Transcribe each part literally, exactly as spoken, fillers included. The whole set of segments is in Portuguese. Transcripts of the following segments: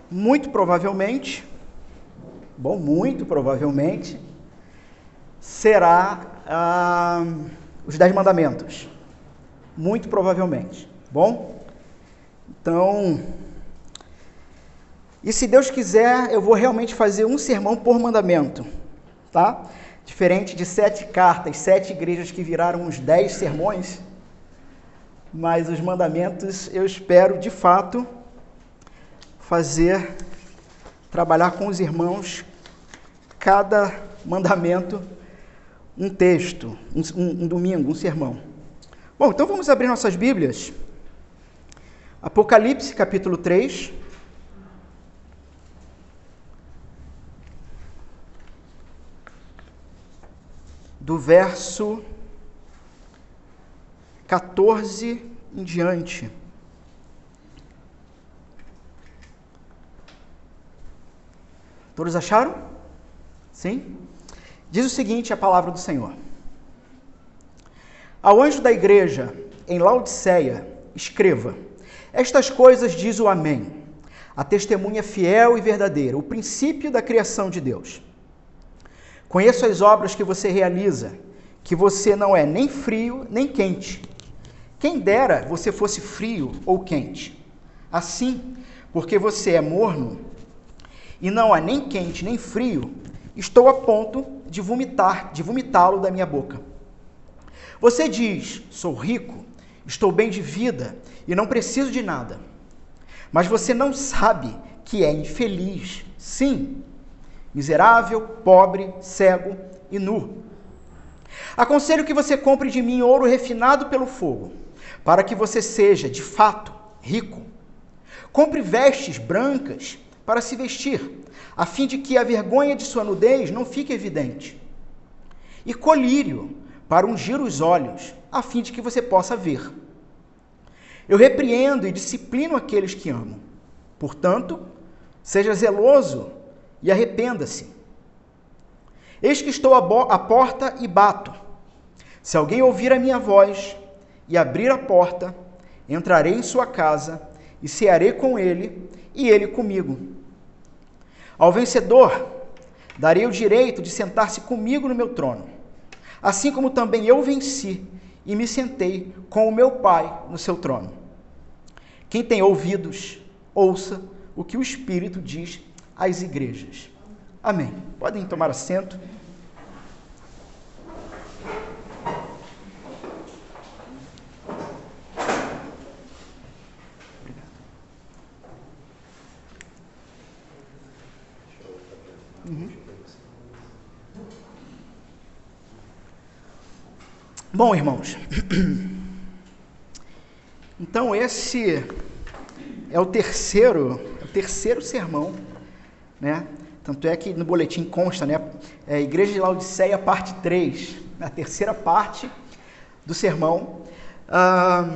muito provavelmente, bom, muito provavelmente, será ah, os Dez Mandamentos. Muito provavelmente, bom? Então, e se Deus quiser, eu vou realmente fazer um sermão por mandamento, tá? Diferente de sete cartas, sete igrejas que viraram uns dez sermões, mas os mandamentos eu espero, de fato, fazer, trabalhar com os irmãos, cada mandamento, um texto, um, um, um domingo, um sermão. Bom, então vamos abrir nossas Bíblias. Apocalipse, capítulo três. Do verso quatorze em diante. Todos acharam? Sim? Diz o seguinte a palavra do Senhor. Ao anjo da igreja em Laodiceia, escreva: estas coisas diz o Amém, a testemunha fiel e verdadeira, o princípio da criação de Deus. Conheço as obras que você realiza, que você não é nem frio nem quente. Quem dera você fosse frio ou quente. Assim, porque você é morno e não é nem quente nem frio, estou a ponto de vomitar, de vomitá-lo da minha boca. Você diz: sou rico, estou bem de vida e não preciso de nada. Mas você não sabe que é infeliz, sim, miserável, pobre, cego e nu. Aconselho que você compre de mim ouro refinado pelo fogo, para que você seja, de fato, rico. Compre vestes brancas para se vestir, a fim de que a vergonha de sua nudez não fique evidente. E colírio para ungir os olhos, a fim de que você possa ver. Eu repreendo e disciplino aqueles que amo. Portanto, seja zeloso e arrependa-se. Eis que estou à porta e bato. Se alguém ouvir a minha voz e abrir a porta, entrarei em sua casa e cearei com ele e ele comigo. Ao vencedor, darei o direito de sentar-se comigo no meu trono, assim como também eu venci e me sentei com o meu Pai no seu trono. Quem tem ouvidos, ouça o que o Espírito diz às igrejas. Amém. Podem tomar assento. Uhum. Bom, irmãos, então esse é o terceiro, o terceiro sermão, né? Tanto é que no boletim consta, né? É, Igreja de Laodiceia, parte três, a terceira parte do sermão. Ah,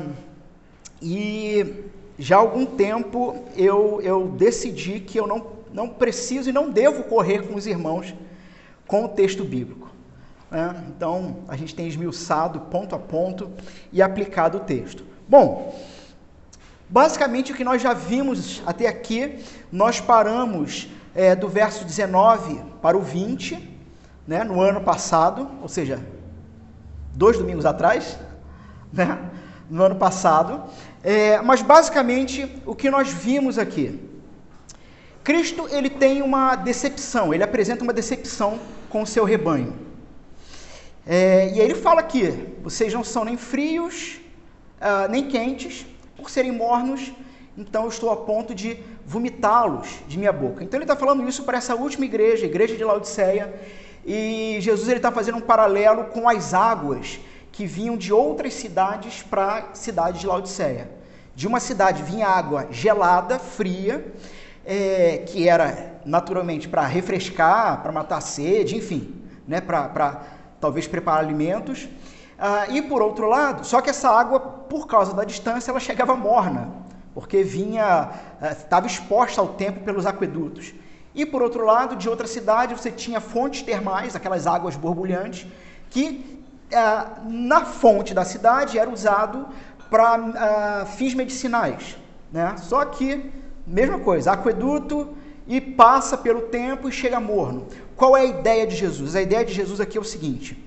e já há algum tempo eu, eu decidi que eu não, não preciso e não devo correr com os irmãos com o texto bíblico. Né? Então, a gente tem esmiuçado ponto a ponto e aplicado o texto. Bom, basicamente o que nós já vimos até aqui, nós paramos é, do verso dezenove para o vinte, né, no ano passado, ou seja, dois domingos atrás, né, no ano passado, é, mas basicamente o que nós vimos aqui, Cristo ele tem uma decepção, ele apresenta uma decepção com o seu rebanho. É, e aí ele fala aqui, vocês não são nem frios, uh, nem quentes, por serem mornos, então eu estou a ponto de vomitá-los de minha boca. Então ele está falando isso para essa última igreja, a igreja de Laodiceia, e Jesus está fazendo um paralelo com as águas que vinham de outras cidades para a cidade de Laodiceia. De uma cidade vinha água gelada, fria, é, que era naturalmente para refrescar, para matar a sede, enfim, né, para talvez preparar alimentos. Ah, e por outro lado, só que essa água, por causa da distância, ela chegava morna, porque vinha, estava exposta ao tempo pelos aquedutos. E por outro lado, de outra cidade, você tinha fontes termais, aquelas águas borbulhantes, que ah, na fonte da cidade era usado para ah, fins medicinais, né? Só que mesma coisa, aqueduto e passa pelo tempo e chega morno. Qual é a ideia de Jesus? A ideia de Jesus aqui é o seguinte: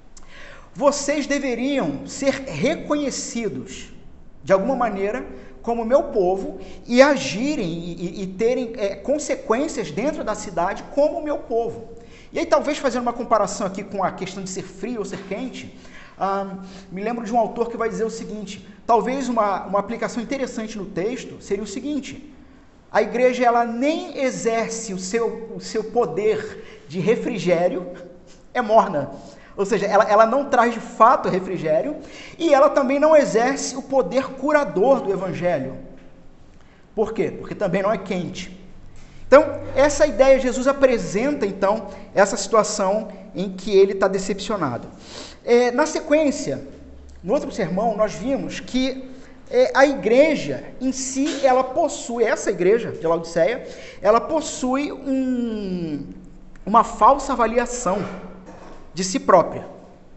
vocês deveriam ser reconhecidos, de alguma maneira, como meu povo e agirem e, e, e terem é, consequências dentro da cidade como meu povo. E aí, talvez fazendo uma comparação aqui com a questão de ser frio ou ser quente, ah, me lembro de um autor que vai dizer o seguinte: talvez uma, uma aplicação interessante no texto seria o seguinte: a igreja ela nem exerce o seu, o seu poder de refrigério, é morna. Ou seja, ela, ela não traz de fato refrigério e ela também não exerce o poder curador do evangelho. Por quê? Porque também não é quente. Então, essa ideia, Jesus apresenta, então, essa situação em que ele está decepcionado. É, na sequência, no outro sermão, nós vimos que é, a igreja em si, ela possui, essa igreja de Laodiceia, ela possui um, uma falsa avaliação de si própria,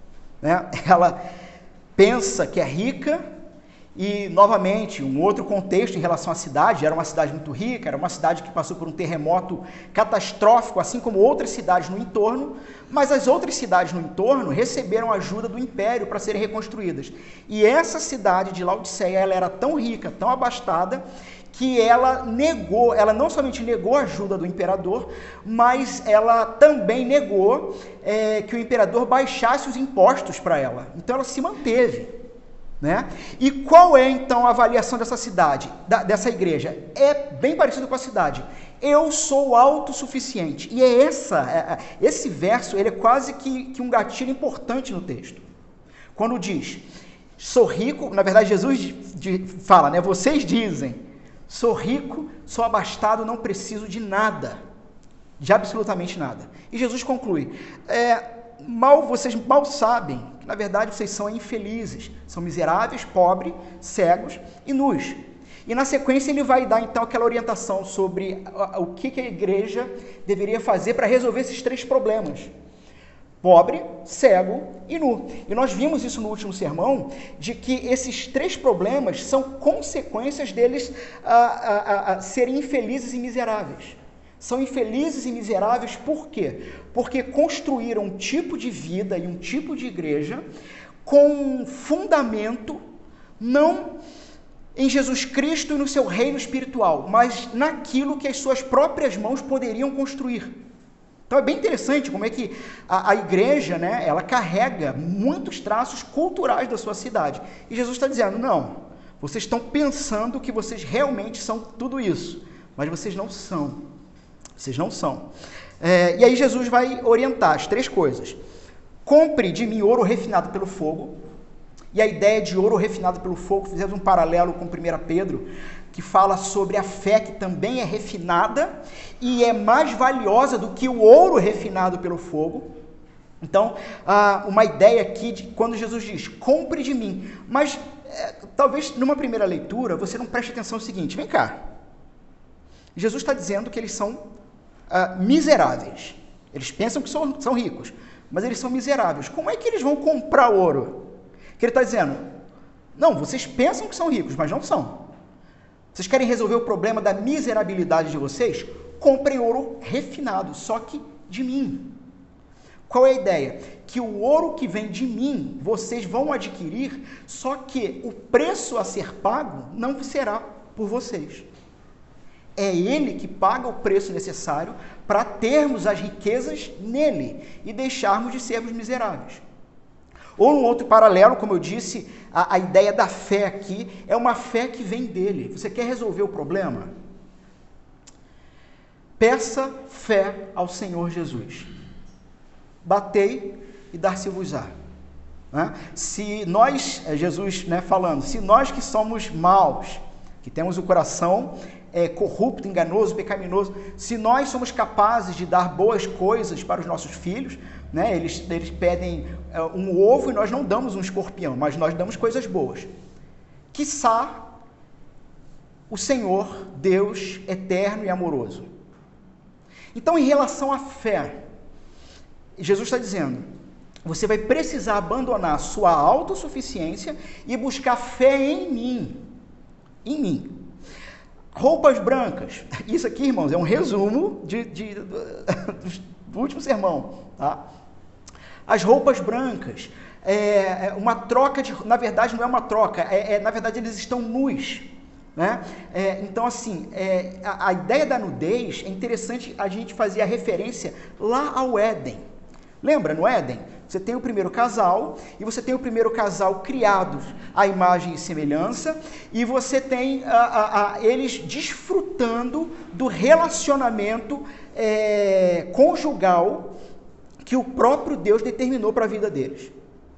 né? Ela pensa que é rica e, novamente, um outro contexto em relação à cidade, era uma cidade muito rica, era uma cidade que passou por um terremoto catastrófico, assim como outras cidades no entorno, mas as outras cidades no entorno receberam ajuda do império para serem reconstruídas. E essa cidade de Laodiceia, ela era tão rica, tão abastada, que ela negou, ela não somente negou a ajuda do imperador, mas ela também negou é, que o imperador baixasse os impostos para ela. Então ela se manteve, né? E qual é então a avaliação dessa cidade, da, dessa igreja? É bem parecido com a cidade. Eu sou autossuficiente. E é essa, é, esse verso, ele é quase que, que um gatilho importante no texto. Quando diz, sou rico, na verdade Jesus de, de, fala, né? Vocês dizem, sou rico, sou abastado, não preciso de nada, de absolutamente nada. E Jesus conclui, é, mal, vocês mal sabem que, na verdade, vocês são infelizes, são miseráveis, pobres, cegos e nus. E, na sequência, ele vai dar, então, aquela orientação sobre o que a igreja deveria fazer para resolver esses três problemas: pobre, cego e nu. E nós vimos isso no último sermão, de que esses três problemas são consequências deles a, a, a, a serem infelizes e miseráveis. São infelizes e miseráveis por quê? Porque construíram um tipo de vida e um tipo de igreja com um fundamento não em Jesus Cristo e no seu reino espiritual, mas naquilo que as suas próprias mãos poderiam construir. Então é bem interessante como é que a, a igreja, né, ela carrega muitos traços culturais da sua cidade. E Jesus está dizendo, não, vocês estão pensando que vocês realmente são tudo isso, mas vocês não são. Vocês não são. É, e aí Jesus vai orientar as três coisas. Compre de mim ouro refinado pelo fogo. E a ideia de ouro refinado pelo fogo, fizemos um paralelo com primeira Pedro, que fala sobre a fé que também é refinada e é mais valiosa do que o ouro refinado pelo fogo. Então, uma ideia aqui de quando Jesus diz, compre de mim. Mas, é, talvez numa primeira leitura, você não preste atenção no seguinte, vem cá. Jesus está dizendo que eles são ah, miseráveis. Eles pensam que são, são ricos, mas eles são miseráveis. Como é que eles vão comprar ouro? Que ele está dizendo, não, vocês pensam que são ricos, mas não são. Vocês querem resolver o problema da miserabilidade de vocês? Comprem ouro refinado, só que de mim. Qual é a ideia? Que o ouro que vem de mim, vocês vão adquirir, só que o preço a ser pago não será por vocês. É ele que paga o preço necessário para termos as riquezas nele e deixarmos de sermos miseráveis. Ou um outro paralelo, como eu disse, a, a ideia da fé aqui é uma fé que vem dele. Você quer resolver o problema? Peça fé ao Senhor Jesus. Batei e dar-se-vos-á. Né? Se nós, Jesus, né, falando, se nós que somos maus, que temos o coração é, corrupto, enganoso, pecaminoso, se nós somos capazes de dar boas coisas para os nossos filhos, né, eles, eles pedem é, um ovo e nós não damos um escorpião, mas nós damos coisas boas. Quiçá o Senhor, Deus eterno e amoroso. Então, em relação à fé, Jesus está dizendo, você vai precisar abandonar a sua autossuficiência e buscar fé em mim. Em mim. Roupas brancas. Isso aqui, irmãos, é um resumo de, de, do, do último sermão. Tá? As roupas brancas. É uma troca de... Na verdade, não é uma troca. É, é, na verdade, eles estão nus. Né? É, então, assim, é, a, a ideia da nudez, é interessante a gente fazer a referência lá ao Éden. Lembra, no Éden? Você tem o primeiro casal, e você tem o primeiro casal criado à imagem e semelhança, e você tem a, a, a, eles desfrutando do relacionamento é, conjugal que o próprio Deus determinou para a vida deles.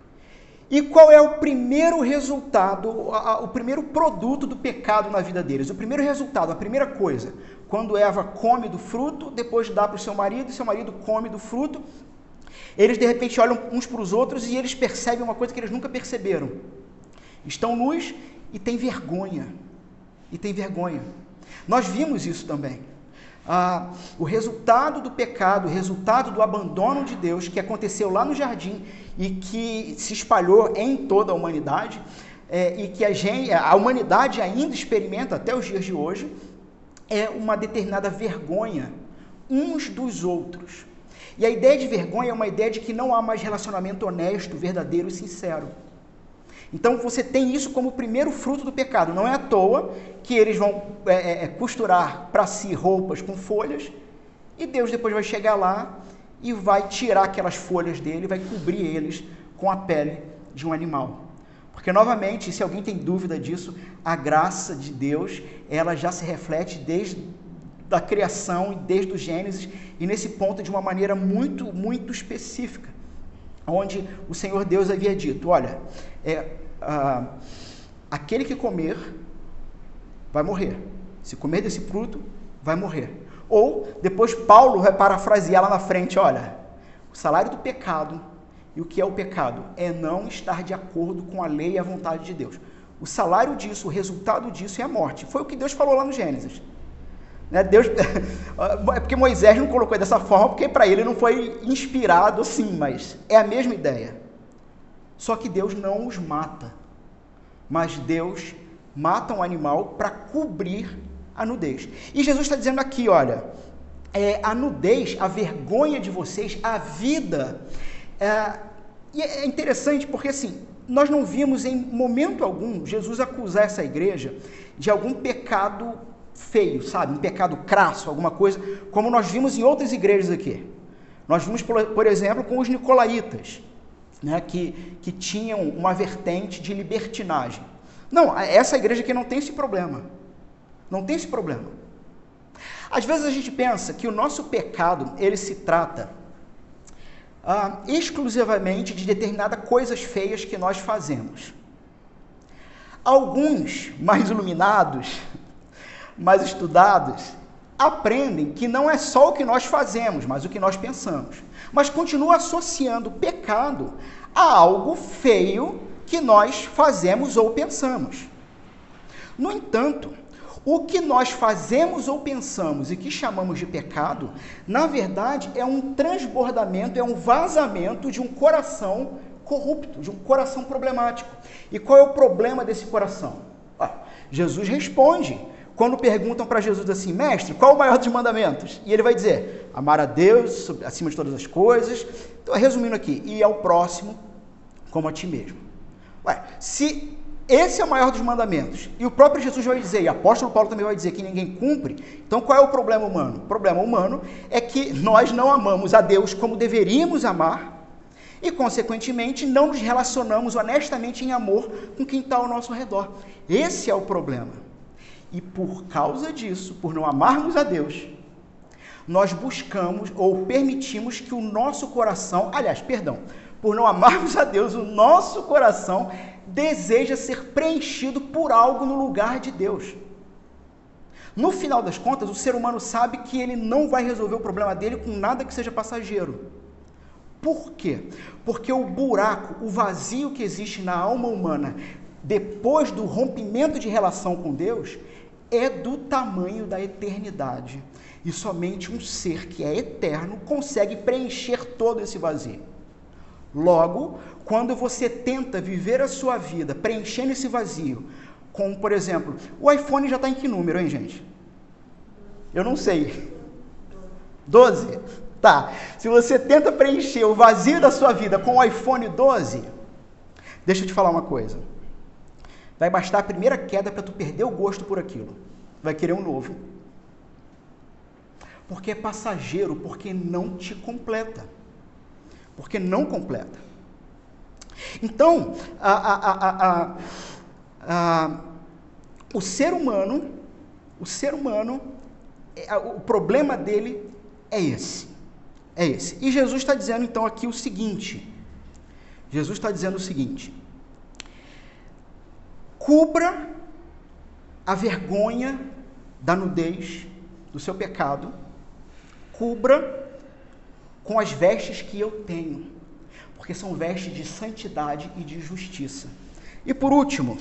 E qual é o primeiro resultado, a, a, o primeiro produto do pecado na vida deles? O primeiro resultado, a primeira coisa, quando Eva come do fruto, depois dá para o seu marido, e seu marido come do fruto, eles de repente olham uns para os outros e eles percebem uma coisa que eles nunca perceberam. Estão nus e têm vergonha. E têm vergonha. Nós vimos isso também. Ah, o resultado do pecado, o resultado do abandono de Deus que aconteceu lá no jardim e que se espalhou em toda a humanidade, é, e que a, gente, a humanidade ainda experimenta até os dias de hoje, é uma determinada vergonha uns dos outros. E a ideia de vergonha é uma ideia de que não há mais relacionamento honesto, verdadeiro e sincero. Então você tem isso como o primeiro fruto do pecado. Não é à toa que eles vão é, é, costurar para si roupas com folhas, e Deus depois vai chegar lá e vai tirar aquelas folhas dele, vai cobrir eles com a pele de um animal. Porque, novamente, se alguém tem dúvida disso, a graça de Deus, ela já se reflete desde da criação, desde o Gênesis, e nesse ponto de uma maneira muito, muito específica, onde o Senhor Deus havia dito, olha, é, ah, aquele que comer vai morrer, se comer desse fruto, vai morrer. Ou, depois Paulo vai parafrasear lá na frente, olha, o salário do pecado, e o que é o pecado? É não estar de acordo com a lei e a vontade de Deus. O salário disso, o resultado disso é a morte. Foi o que Deus falou lá no Gênesis. Deus, é porque Moisés não colocou dessa forma, porque para ele não foi inspirado assim, mas é a mesma ideia. Só que Deus não os mata, mas Deus mata um animal para cobrir a nudez. E Jesus está dizendo aqui, olha, é, a nudez, a vergonha de vocês, a vida. É, e é interessante porque assim, nós não vimos em momento algum Jesus acusar essa igreja de algum pecado feio, sabe? Um pecado crasso, alguma coisa, como nós vimos em outras igrejas aqui. Nós vimos, por, por exemplo, com os nicolaítas, né, que, que tinham uma vertente de libertinagem. Não, essa igreja aqui não tem esse problema. Não tem esse problema. Às vezes a gente pensa que o nosso pecado, ele se trata ah, exclusivamente de determinadas coisas feias que nós fazemos. Alguns mais iluminados, mais estudados, aprendem que não é só o que nós fazemos, mas o que nós pensamos. Mas continua associando pecado a algo feio que nós fazemos ou pensamos. No entanto, o que nós fazemos ou pensamos e que chamamos de pecado, na verdade, é um transbordamento, é um vazamento de um coração corrupto, de um coração problemático. E qual é o problema desse coração? Ah, Jesus responde quando perguntam para Jesus assim, mestre, qual é o maior dos mandamentos? E ele vai dizer, amar a Deus acima de todas as coisas. Então, resumindo aqui, e ao próximo como a ti mesmo. Ué, se esse é o maior dos mandamentos, e o próprio Jesus vai dizer, e o apóstolo Paulo também vai dizer que ninguém cumpre, então qual é o problema humano? O problema humano é que nós não amamos a Deus como deveríamos amar, e, consequentemente, não nos relacionamos honestamente em amor com quem está ao nosso redor. Esse é o problema. E por causa disso, por não amarmos a Deus, nós buscamos ou permitimos que o nosso coração, aliás, perdão, por não amarmos a Deus, o nosso coração deseja ser preenchido por algo no lugar de Deus. No final das contas, o ser humano sabe que ele não vai resolver o problema dele com nada que seja passageiro. Por quê? Porque o buraco, o vazio que existe na alma humana, depois do rompimento de relação com Deus, é do tamanho da eternidade. E somente um ser que é eterno consegue preencher todo esse vazio. Logo, quando você tenta viver a sua vida preenchendo esse vazio, como, por exemplo, o iPhone já está em que número, hein, gente? Eu não sei. doze? Tá. Se você tenta preencher o vazio da sua vida com o iPhone doze, deixa eu te falar uma coisa. Vai bastar a primeira queda para tu perder o gosto por aquilo. Vai querer um novo. Porque é passageiro, porque não te completa. Porque não completa. Então, a, a, a, a, a, o ser humano, o ser humano, o problema dele é esse. É esse. E Jesus está dizendo então aqui o seguinte. Jesus está dizendo o seguinte. Cubra a vergonha da nudez do seu pecado. Cubra com as vestes que eu tenho, porque são vestes de santidade e de justiça. E por último,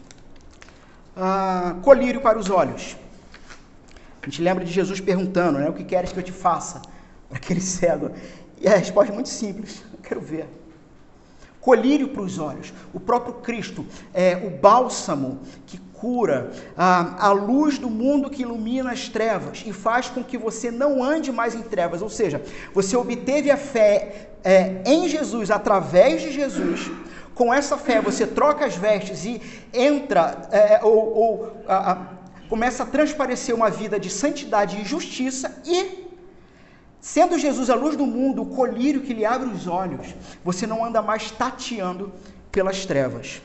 ah, colírio para os olhos. A gente lembra de Jesus perguntando, né, o que queres que eu te faça para aquele cego? E a resposta é muito simples, eu quero ver. Colírio para os olhos. O próprio Cristo é o bálsamo que cura, a, a luz do mundo que ilumina as trevas e faz com que você não ande mais em trevas. Ou seja, você obteve a fé é, em Jesus, através de Jesus. Com essa fé você troca as vestes e entra, é, ou, ou a, a, começa a transparecer uma vida de santidade e justiça e... Sendo Jesus a luz do mundo, o colírio que lhe abre os olhos, você não anda mais tateando pelas trevas.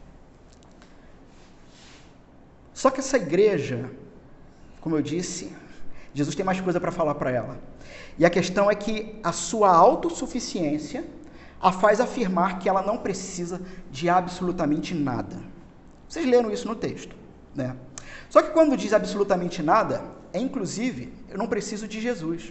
Só que essa igreja, como eu disse, Jesus tem mais coisa para falar para ela. E a questão é que a sua autossuficiência a faz afirmar que ela não precisa de absolutamente nada. Vocês leram isso no texto, né? Só que quando diz absolutamente nada, é inclusive, eu não preciso de Jesus.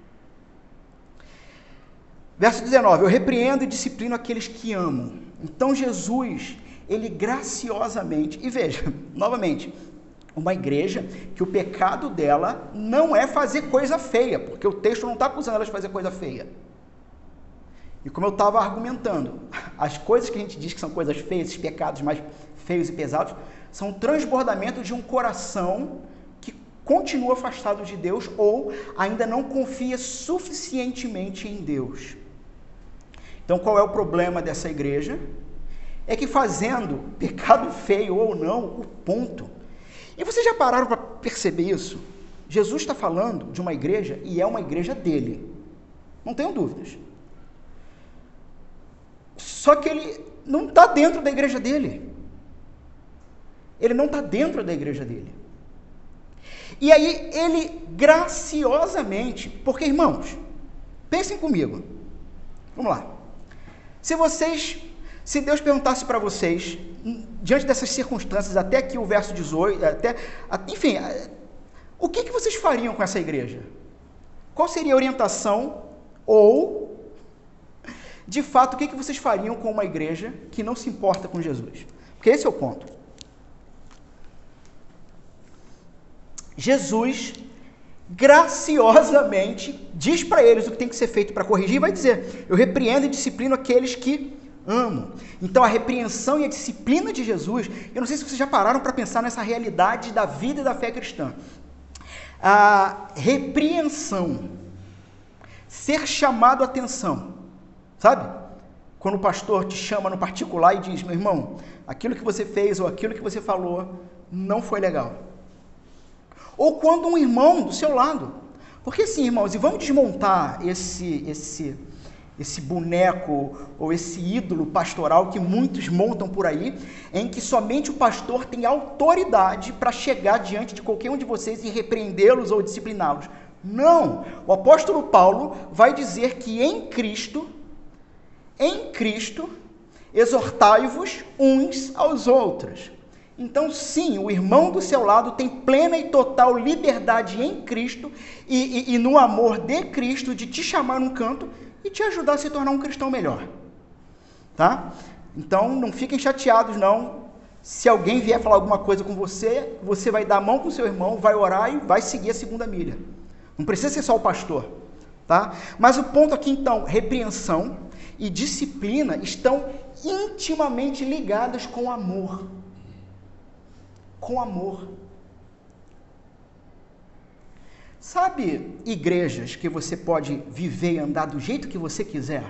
Verso dezenove, eu repreendo e disciplino aqueles que amo. Então Jesus, ele graciosamente, e veja, novamente, uma igreja que o pecado dela não é fazer coisa feia, porque o texto não está acusando ela de fazer coisa feia. E como eu estava argumentando, as coisas que a gente diz que são coisas feias, esses pecados mais feios e pesados, são um transbordamento de um coração que continua afastado de Deus ou ainda não confia suficientemente em Deus. Então, qual é o problema dessa igreja? É que fazendo pecado feio ou não, o ponto. E vocês já pararam para perceber isso? Jesus está falando de uma igreja e é uma igreja dele. Não tenho dúvidas. Só que ele não está dentro da igreja dele. Ele não está dentro da igreja dele. E aí ele graciosamente, porque irmãos, pensem comigo. Vamos lá. Se vocês, se Deus perguntasse para vocês, diante dessas circunstâncias, até aqui o verso dezoito, até, enfim, o que, que vocês fariam com essa igreja? Qual seria a orientação ou, de fato, o que, que vocês fariam com uma igreja que não se importa com Jesus? Porque esse é o ponto. Jesus graciosamente diz para eles o que tem que ser feito para corrigir e vai dizer, eu repreendo e disciplino aqueles que amo. Então a repreensão e a disciplina de Jesus, eu não sei se vocês já pararam para pensar nessa realidade da vida e da fé cristã. A repreensão, ser chamado a atenção, sabe? Quando o pastor te chama no particular e diz, meu irmão, aquilo que você fez ou aquilo que você falou não foi legal. Ou quando um irmão do seu lado. Porque assim, irmãos, e vamos desmontar esse, esse, esse boneco ou esse ídolo pastoral que muitos montam por aí, em que somente o pastor tem autoridade para chegar diante de qualquer um de vocês e repreendê-los ou discipliná-los. Não! O apóstolo Paulo vai dizer que em Cristo, em Cristo, exortai-vos uns aos outros. Então, sim, o irmão do seu lado tem plena e total liberdade em Cristo e, e, e no amor de Cristo de te chamar num canto e te ajudar a se tornar um cristão melhor. Tá? Então, não fiquem chateados, não. Se alguém vier falar alguma coisa com você, você vai dar a mão com o seu irmão, vai orar e vai seguir a segunda milha. Não precisa ser só o pastor. Tá? Mas o ponto aqui, então, repreensão e disciplina estão intimamente ligadas com amor. Com amor. Sabe igrejas que você pode viver e andar do jeito que você quiser?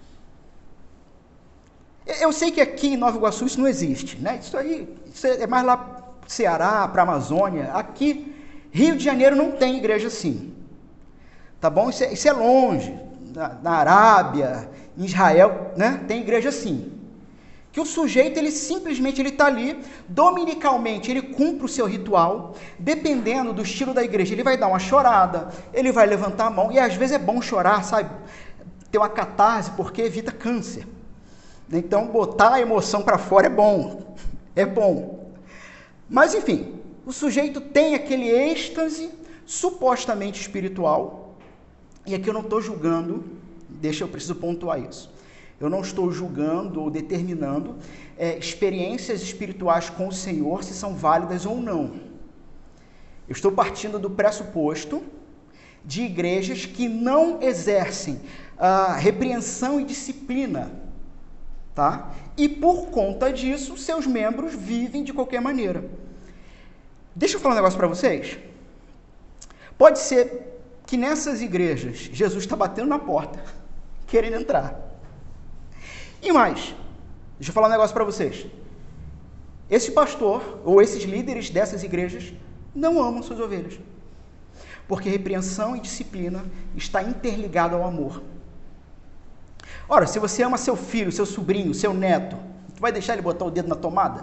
Eu sei que aqui em Nova Iguaçu isso não existe, né? Isso aí isso é mais lá para o Ceará, para a Amazônia. Aqui, Rio de Janeiro não tem igreja assim. Tá bom? Isso é, isso é longe. Na, na Arábia, em Israel, né? Tem igreja assim. Que o sujeito, ele simplesmente ele está ali, dominicalmente, ele cumpre o seu ritual, dependendo do estilo da igreja. Ele vai dar uma chorada, ele vai levantar a mão, e às vezes é bom chorar, sabe? Ter uma catarse, porque evita câncer. Então, botar a emoção para fora é bom, é bom. Mas, enfim, o sujeito tem aquele êxtase supostamente espiritual, e aqui eu não estou julgando, deixa eu preciso pontuar isso. Eu não estou julgando ou determinando é, experiências espirituais com o Senhor, se são válidas ou não. Eu estou partindo do pressuposto de igrejas que não exercem a repreensão e disciplina, tá? E por conta disso, seus membros vivem de qualquer maneira. Deixa eu falar um negócio para vocês. Pode ser que nessas igrejas, Jesus está batendo na porta, querendo entrar. E mais, deixa eu falar um negócio para vocês. Esse pastor, ou esses líderes dessas igrejas, não amam suas ovelhas. Porque repreensão e disciplina está interligado ao amor. Ora, se você ama seu filho, seu sobrinho, seu neto, tu vai deixar ele botar o dedo na tomada?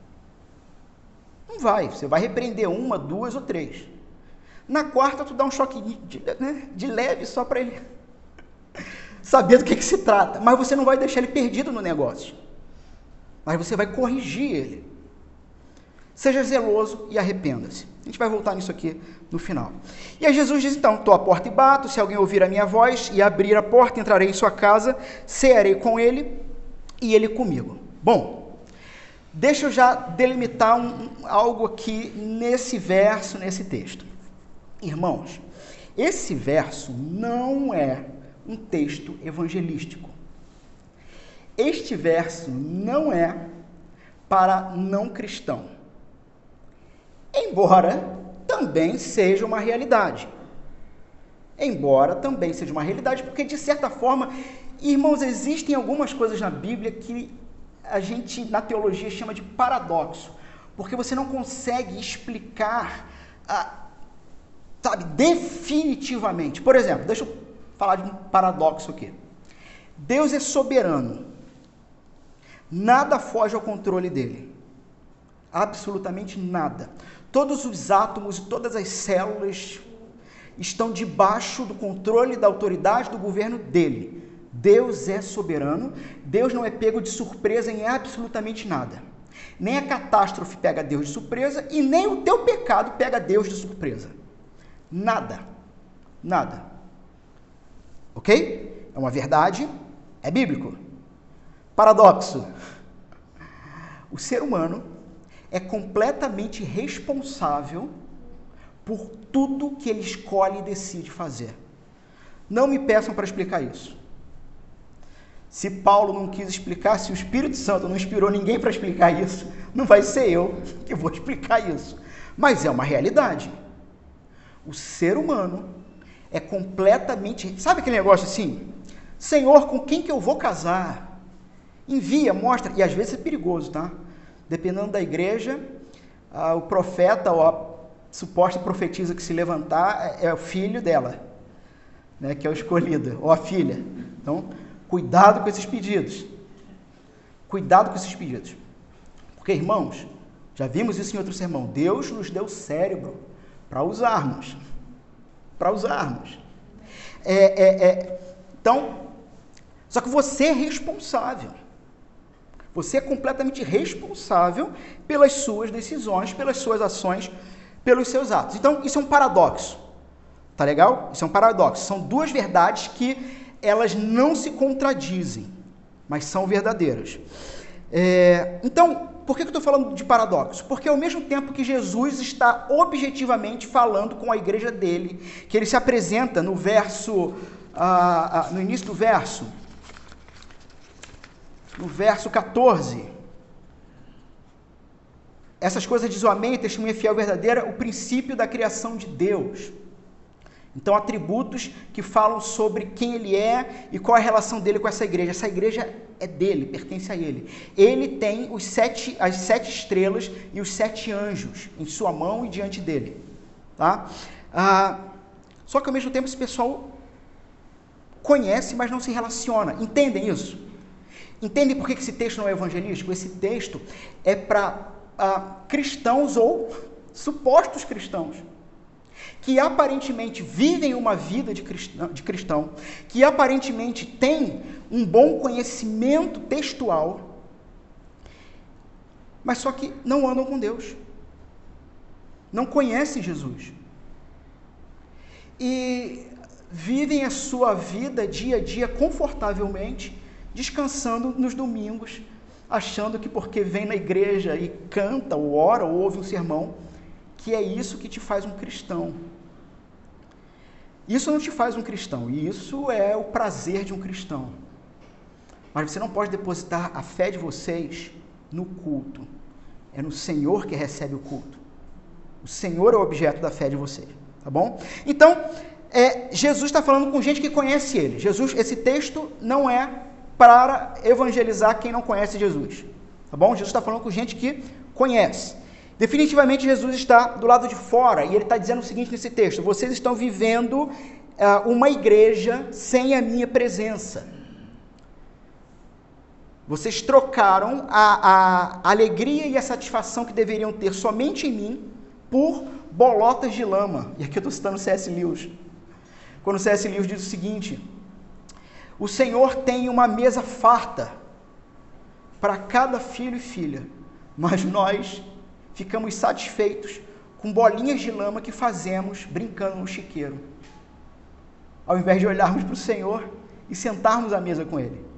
Não vai, você vai repreender uma, duas ou três. Na quarta, tu dá um choque de, né, de leve só para ele saber do que, que se trata, mas você não vai deixar ele perdido no negócio, mas você vai corrigir ele. Seja zeloso e arrependa-se. A gente vai voltar nisso aqui no final. E aí Jesus diz, então, estou à porta e bato, se alguém ouvir a minha voz e abrir a porta, entrarei em sua casa, cearei com ele e ele comigo. Bom, deixa eu já delimitar um, algo aqui nesse verso, nesse texto. Irmãos, esse verso não é um texto evangelístico. Este verso não é para não cristão, embora também seja uma realidade. Embora também seja uma realidade, porque de certa forma, irmãos, existem algumas coisas na Bíblia que a gente na teologia chama de paradoxo, porque você não consegue explicar, ah, sabe, definitivamente. Por exemplo, deixa eu falar de um paradoxo aqui. Deus é soberano. Nada foge ao controle dele. Absolutamente nada. Todos os átomos e todas as células estão debaixo do controle da autoridade do governo dele. Deus é soberano. Deus não é pego de surpresa em absolutamente nada. Nem a catástrofe pega Deus de surpresa e nem o teu pecado pega Deus de surpresa. Nada. Nada. Ok? É uma verdade, é bíblico. Paradoxo. O ser humano é completamente responsável por tudo que ele escolhe e decide fazer. Não me peçam para explicar isso. Se Paulo não quis explicar, se o Espírito Santo não inspirou ninguém para explicar isso, não vai ser eu que vou explicar isso. Mas é uma realidade. O ser humano é completamente... Sabe aquele negócio assim? Senhor, com quem que eu vou casar? Envia, mostra. E às vezes é perigoso, tá? Dependendo da igreja, ah, o profeta ou a suposta profetisa que se levantar é o filho dela, né, que é o escolhido, ou a filha. Então, cuidado com esses pedidos. Cuidado com esses pedidos. Porque, irmãos, já vimos isso em outro sermão. Deus nos deu cérebro para usarmos. Para usarmos. É, é, é, então, só que você é responsável. Você é completamente responsável pelas suas decisões, pelas suas ações, pelos seus atos. Então, isso é um paradoxo. Tá legal? Isso é um paradoxo. São duas verdades que elas não se contradizem, mas são verdadeiras. É, então, por que eu estou falando de paradoxo? Porque ao mesmo tempo que Jesus está objetivamente falando com a igreja dele, que ele se apresenta no verso, ah, ah, no início do verso, no verso quatorze, essas coisas diz o amém, testemunha fiel e verdadeira, o princípio da criação de Deus. Então, atributos que falam sobre quem ele é e qual é a relação dele com essa igreja. Essa igreja é dele, pertence a ele. Ele tem os sete, as sete estrelas e os sete anjos em sua mão e diante dele. Tá? Ah, só que, ao mesmo tempo, esse pessoal conhece, mas não se relaciona. Entendem isso? Entendem por que esse texto não é evangelístico? Esse texto é para ah, cristãos ou supostos cristãos, que aparentemente vivem uma vida de cristão, de cristão, que aparentemente têm um bom conhecimento textual, mas só que não andam com Deus, não conhecem Jesus, e vivem a sua vida dia a dia confortavelmente, descansando nos domingos, achando que porque vem na igreja e canta, ou ora, ou ouve um sermão, que é isso que te faz um cristão. Isso não te faz um cristão, e isso é o prazer de um cristão. Mas você não pode depositar a fé de vocês no culto. É no Senhor que recebe o culto. O Senhor é o objeto da fé de vocês, tá bom? Então, é, Jesus está falando com gente que conhece Ele. Jesus, esse texto não é para evangelizar quem não conhece Jesus, tá bom? Jesus está falando com gente que conhece. Definitivamente Jesus está do lado de fora, e ele está dizendo o seguinte nesse texto: vocês estão vivendo uh, uma igreja sem a minha presença. Vocês trocaram a, a alegria e a satisfação que deveriam ter somente em mim por bolotas de lama. E aqui eu estou citando C S Lewis. Quando C S Lewis diz o seguinte: o Senhor tem uma mesa farta para cada filho e filha, mas nós ficamos satisfeitos com bolinhas de lama que fazemos brincando no chiqueiro, ao invés de olharmos para o Senhor e sentarmos à mesa com Ele.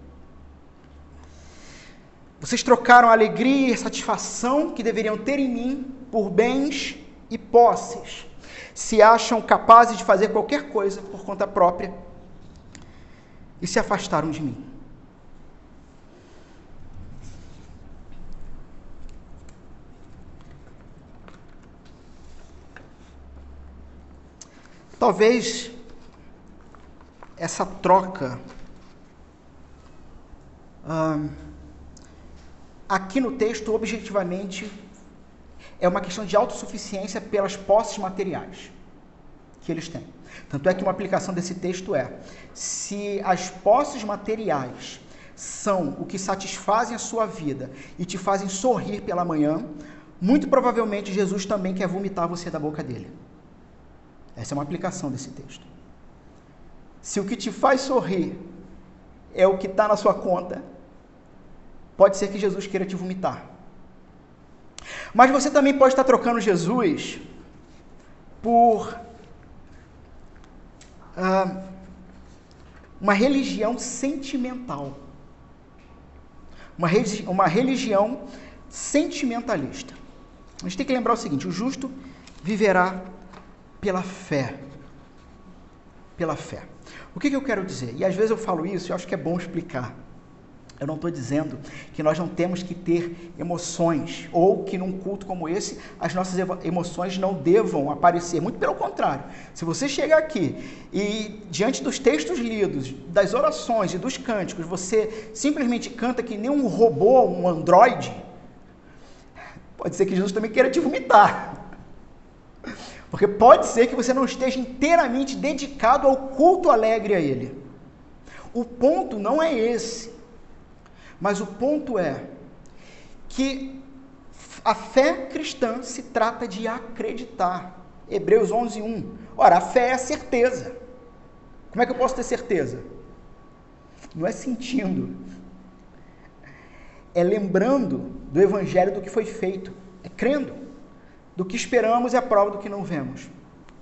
Vocês trocaram a alegria e a satisfação que deveriam ter em mim por bens e posses. Se acham capazes de fazer qualquer coisa por conta própria e se afastaram de mim. Talvez essa troca hum, aqui no texto, objetivamente, é uma questão de autossuficiência pelas posses materiais que eles têm. Tanto é que uma aplicação desse texto é: se as posses materiais são o que satisfazem a sua vida e te fazem sorrir pela manhã, muito provavelmente Jesus também quer vomitar você da boca dele. Essa é uma aplicação desse texto. Se o que te faz sorrir é o que está na sua conta, pode ser que Jesus queira te vomitar. Mas você também pode estar trocando Jesus por ah, uma religião sentimental. Uma, religi- uma religião sentimentalista. A gente tem que lembrar o seguinte: o justo viverá pela fé. Pela fé. O que, que eu quero dizer? E às vezes eu falo isso e eu acho que é bom explicar. Eu não estou dizendo que nós não temos que ter emoções, ou que num culto como esse, as nossas emoções não devam aparecer. Muito pelo contrário. Se você chegar aqui e, diante dos textos lidos, das orações e dos cânticos, você simplesmente canta que nem um robô, um androide, pode ser que Jesus também queira te vomitar. Porque pode ser que você não esteja inteiramente dedicado ao culto alegre a Ele. O ponto não é esse. Mas o ponto é que a fé cristã se trata de acreditar. Hebreus onze, um. Ora, a fé é a certeza. Como é que eu posso ter certeza? Não é sentindo. É lembrando do evangelho do que foi feito. É crendo. Do que esperamos e a prova do que não vemos.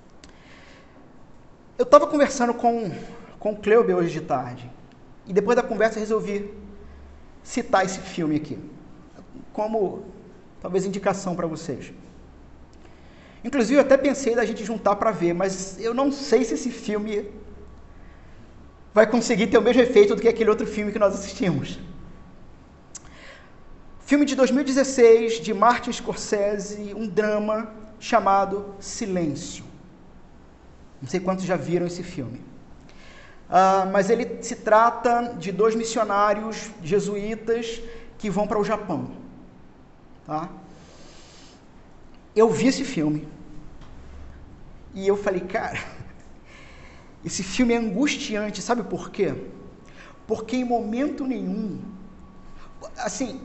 Eu estava conversando com, com o Cleuber hoje de tarde. E depois da conversa resolvi citar esse filme aqui. Como, talvez, indicação para vocês. Inclusive, eu até pensei da gente juntar para ver, mas eu não sei se esse filme vai conseguir ter o mesmo efeito do que aquele outro filme que nós assistimos. Filme de dois mil e dezesseis, de Martin Scorsese, um drama chamado Silêncio. Não sei quantos já viram esse filme. Uh, mas ele se trata de dois missionários jesuítas que vão para o Japão. Tá? Eu vi esse filme e eu falei, cara, esse filme é angustiante, sabe por quê? Porque em momento nenhum, assim,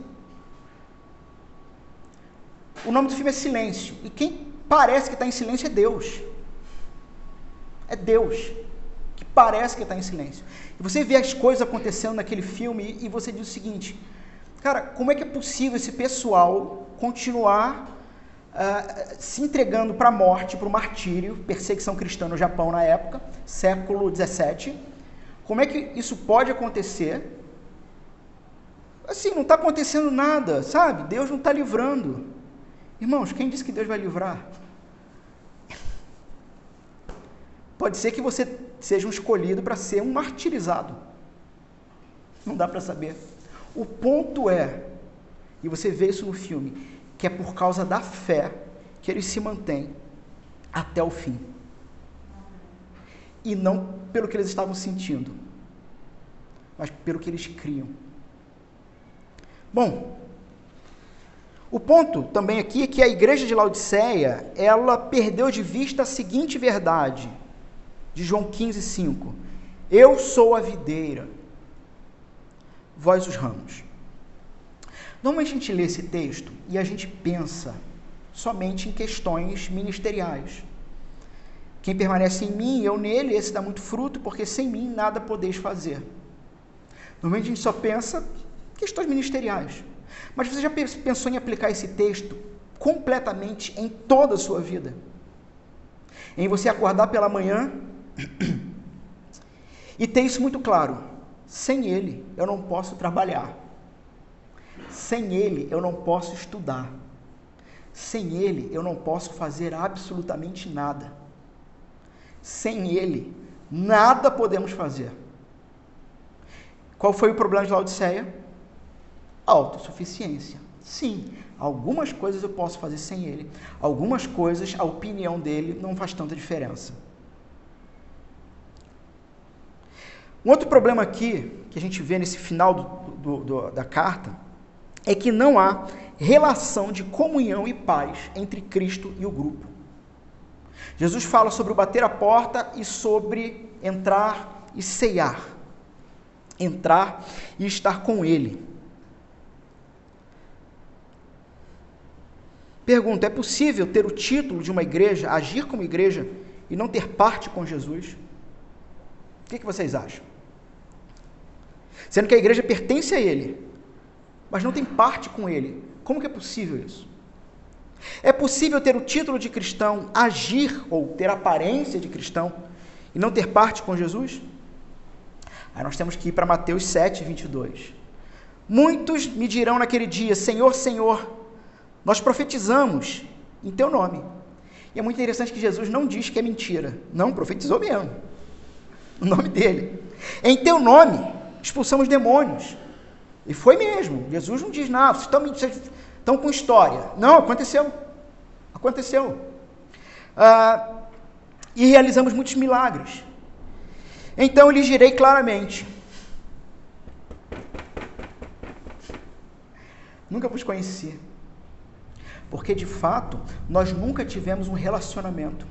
o nome do filme é Silêncio, e quem parece que está em silêncio é Deus. É Deus que parece que está em silêncio. E você vê as coisas acontecendo naquele filme e você diz o seguinte, cara, como é que é possível esse pessoal continuar uh, se entregando para a morte, para o martírio, perseguição cristã no Japão na época, século dezessete? Como é que isso pode acontecer? Assim, não está acontecendo nada, sabe? Deus não está livrando. Irmãos, quem disse que Deus vai livrar? Pode ser que você seja um escolhido para ser um martirizado. Não dá para saber. O ponto é, e você vê isso no filme, que é por causa da fé que eles se mantêm até o fim. E não pelo que eles estavam sentindo, mas pelo que eles criam. Bom, o ponto também aqui é que a igreja de Laodiceia, ela perdeu de vista a seguinte verdade, de João quinze, cinco. Eu sou a videira, vós os ramos. Normalmente a gente lê esse texto e a gente pensa somente em questões ministeriais. Quem permanece em mim, eu nele, esse dá muito fruto, porque sem mim nada podeis fazer. Normalmente a gente só pensa em questões ministeriais. Mas você já pensou em aplicar esse texto completamente em toda a sua vida? Em você acordar pela manhã e ter isso muito claro. Sem ele, eu não posso trabalhar. Sem ele, eu não posso estudar. Sem ele, eu não posso fazer absolutamente nada. Sem ele, nada podemos fazer. Qual foi o problema de Laodiceia? Autossuficiência. Sim, algumas coisas eu posso fazer sem ele. Algumas coisas, a opinião dele não faz tanta diferença. Um outro problema aqui, que a gente vê nesse final do, do, do, da carta, é que não há relação de comunhão e paz entre Cristo e o grupo. Jesus fala sobre o bater a porta e sobre entrar e ceiar. Entrar e estar com ele. Pergunta, é possível ter o título de uma igreja, agir como igreja e não ter parte com Jesus? O que, que vocês acham? Sendo que a igreja pertence a ele, mas não tem parte com ele. Como que é possível isso? É possível ter o título de cristão, agir ou ter aparência de cristão e não ter parte com Jesus? Aí nós temos que ir para Mateus sete, vinte e dois. Muitos me dirão naquele dia, Senhor, Senhor, nós profetizamos em teu nome. E é muito interessante que Jesus não diz que é mentira. Não, profetizou mesmo. O nome dele. Em teu nome, expulsamos demônios. E foi mesmo. Jesus não diz nada. Vocês estão, vocês estão com história. Não, aconteceu. Aconteceu. Ah, e realizamos muitos milagres. Então eu lhes direi claramente. Nunca vos conheci. Porque, de fato, nós nunca tivemos um relacionamento.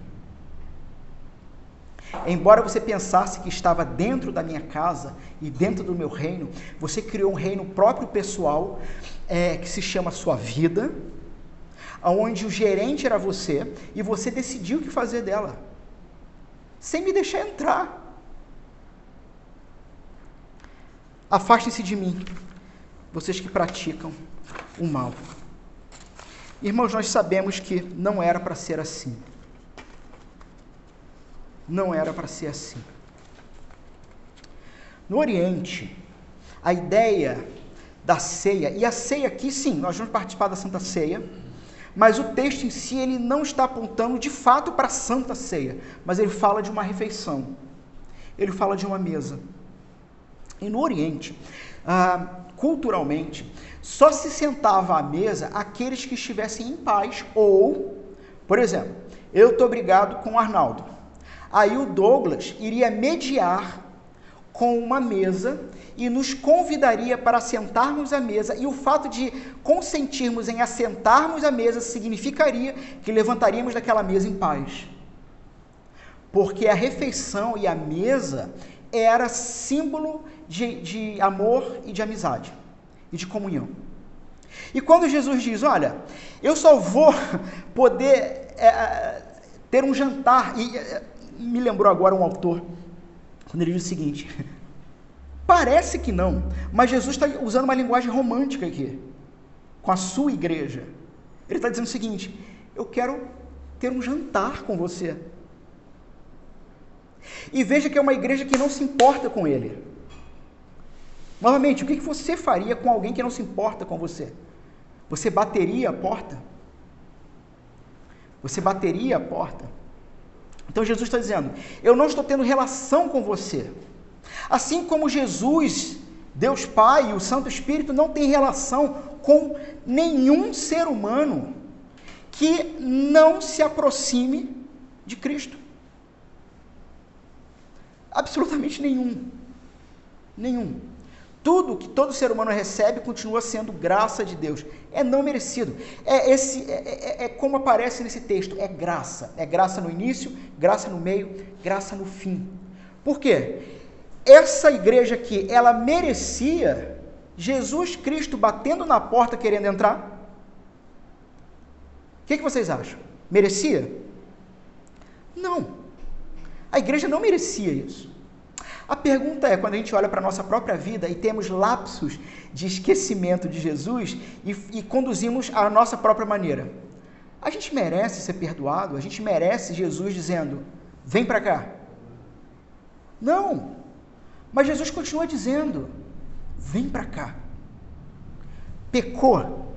Embora você pensasse que estava dentro da minha casa e dentro do meu reino, você criou um reino próprio pessoal, é, que se chama sua vida, onde o gerente era você, e você decidiu o que fazer dela, sem me deixar entrar. Afastem-se de mim, vocês que praticam o mal. Irmãos, nós sabemos que não era para ser assim. Não era para ser assim. No Oriente, a ideia da ceia, e a ceia aqui, sim, nós vamos participar da Santa Ceia, mas o texto em si, ele não está apontando de fato para a Santa Ceia, mas ele fala de uma refeição, ele fala de uma mesa. E no Oriente, ah, culturalmente, só se sentava à mesa aqueles que estivessem em paz, ou, por exemplo, eu estou brigado com o Arnaldo. aí o Douglas iria mediar com uma mesa e nos convidaria para sentarmos à mesa, e o fato de consentirmos em assentarmos à mesa significaria que levantaríamos daquela mesa em paz. Porque a refeição e a mesa era símbolo de, de amor e de amizade e de comunhão. E quando Jesus diz, olha, eu só vou poder é, ter um jantar, e é, me lembrou agora um autor, quando ele diz o seguinte, parece que não, mas Jesus está usando uma linguagem romântica aqui, com a sua igreja. Ele está dizendo o seguinte, eu quero ter um jantar com você. E veja que é uma igreja que não se importa com ele. Novamente, o que você faria com alguém que não se importa com você? Você bateria a porta? Você bateria a porta? Então Jesus está dizendo, eu não estou tendo relação com você. Assim como Jesus, Deus Pai e o Santo Espírito não tem relação com nenhum ser humano que não se aproxime de Cristo. Absolutamente nenhum. Nenhum. Tudo que todo ser humano recebe continua sendo graça de Deus. É não merecido. É, esse, é, é, é como aparece nesse texto. É graça. É graça no início, graça no meio, graça no fim. Por quê? Essa igreja aqui, ela merecia Jesus Cristo batendo na porta querendo entrar? O que, que vocês acham? Merecia? Não. A igreja não merecia isso. A pergunta é, quando a gente olha para a nossa própria vida e temos lapsos de esquecimento de Jesus e, e conduzimos a nossa própria maneira, a gente merece ser perdoado? A gente merece Jesus dizendo, vem para cá? Não. Mas Jesus continua dizendo, vem para cá. Pecou.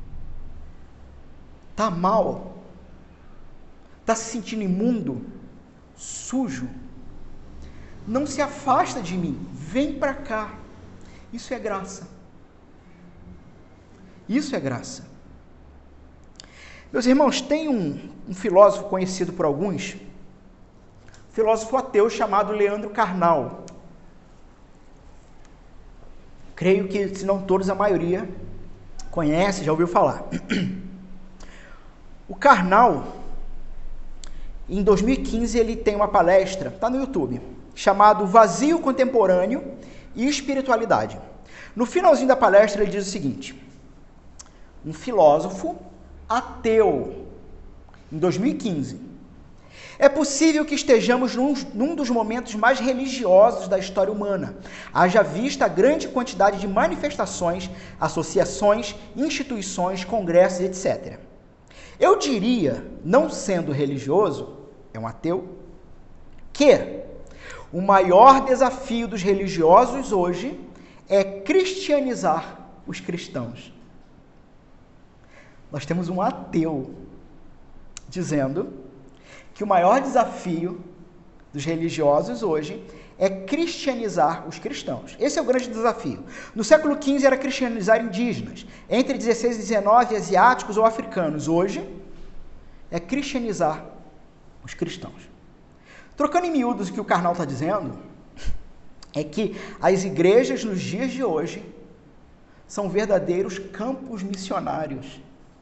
Está mal. Está se sentindo imundo, sujo. Não se afasta de mim, vem para cá. Isso é graça. Isso é graça. Meus irmãos, tem um, um filósofo conhecido por alguns, um filósofo ateu chamado Leandro Carnal. Creio que, se não todos, a maioria conhece, já ouviu falar. O Carnal, em dois mil e quinze, ele tem uma palestra, está no YouTube, chamado Vazio Contemporâneo e Espiritualidade. No finalzinho da palestra, ele diz o seguinte, um filósofo ateu, em dois mil e quinze, é possível que estejamos num, num dos momentos mais religiosos da história humana, haja vista a grande quantidade de manifestações, associações, instituições, congressos, etcétera. Eu diria, não sendo religioso, é um ateu, que o maior desafio dos religiosos hoje é cristianizar os cristãos. Nós temos um ateu dizendo que o maior desafio dos religiosos hoje é cristianizar os cristãos. Esse é o grande desafio. No século quinze era cristianizar indígenas, entre dezesseis e dezenove asiáticos ou africanos. Hoje é cristianizar os cristãos. Trocando em miúdos o que o Carnal está dizendo, é que as igrejas nos dias de hoje são verdadeiros campos missionários.